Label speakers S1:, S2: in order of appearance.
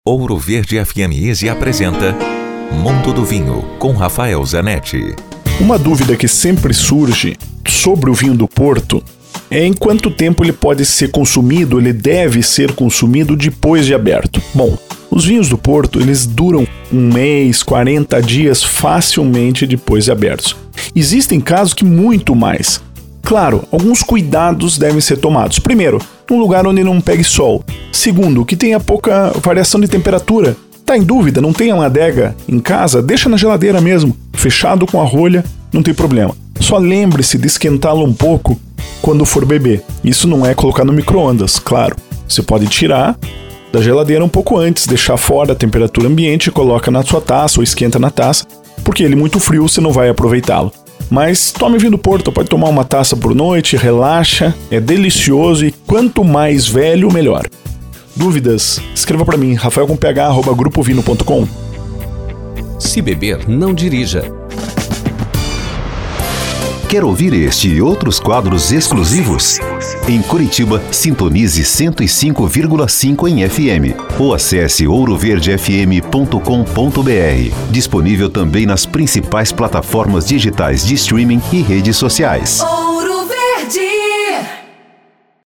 S1: Ouro Verde FM Easy apresenta Mundo do Vinho, com Rafael Zanetti.
S2: Uma dúvida que sempre surge sobre o vinho do Porto é em quanto tempo ele pode ser consumido, ele deve ser consumido depois de aberto. Bom, os vinhos do Porto, eles duram 1 mês, 40 dias facilmente depois de abertos. Existem casos que muito mais. Claro, alguns cuidados devem ser tomados. Primeiro, um lugar onde não pegue sol. Segundo, que tenha pouca variação de temperatura. Tá em dúvida, não tem uma adega em casa? Deixa na geladeira mesmo, fechado com a rolha, não tem problema. Só lembre-se de esquentá-lo um pouco quando for beber. Isso não é colocar no micro-ondas, claro. Você pode tirar da geladeira um pouco antes, deixar fora a temperatura ambiente, coloca na sua taça ou esquenta na taça, porque ele muito frio você não vai aproveitá-lo. Mas tome vinho do Porto, pode tomar uma taça por noite, relaxa, é delicioso e quanto mais velho, melhor. Dúvidas? Escreva para mim, rafael.com.ph@grupovino.com.
S3: Se beber, não dirija.
S4: Quer ouvir este e outros quadros exclusivos? Em Curitiba, sintonize 105,5 em FM ou acesse ouroverdefm.com.br. Disponível também nas principais plataformas digitais de streaming e redes sociais.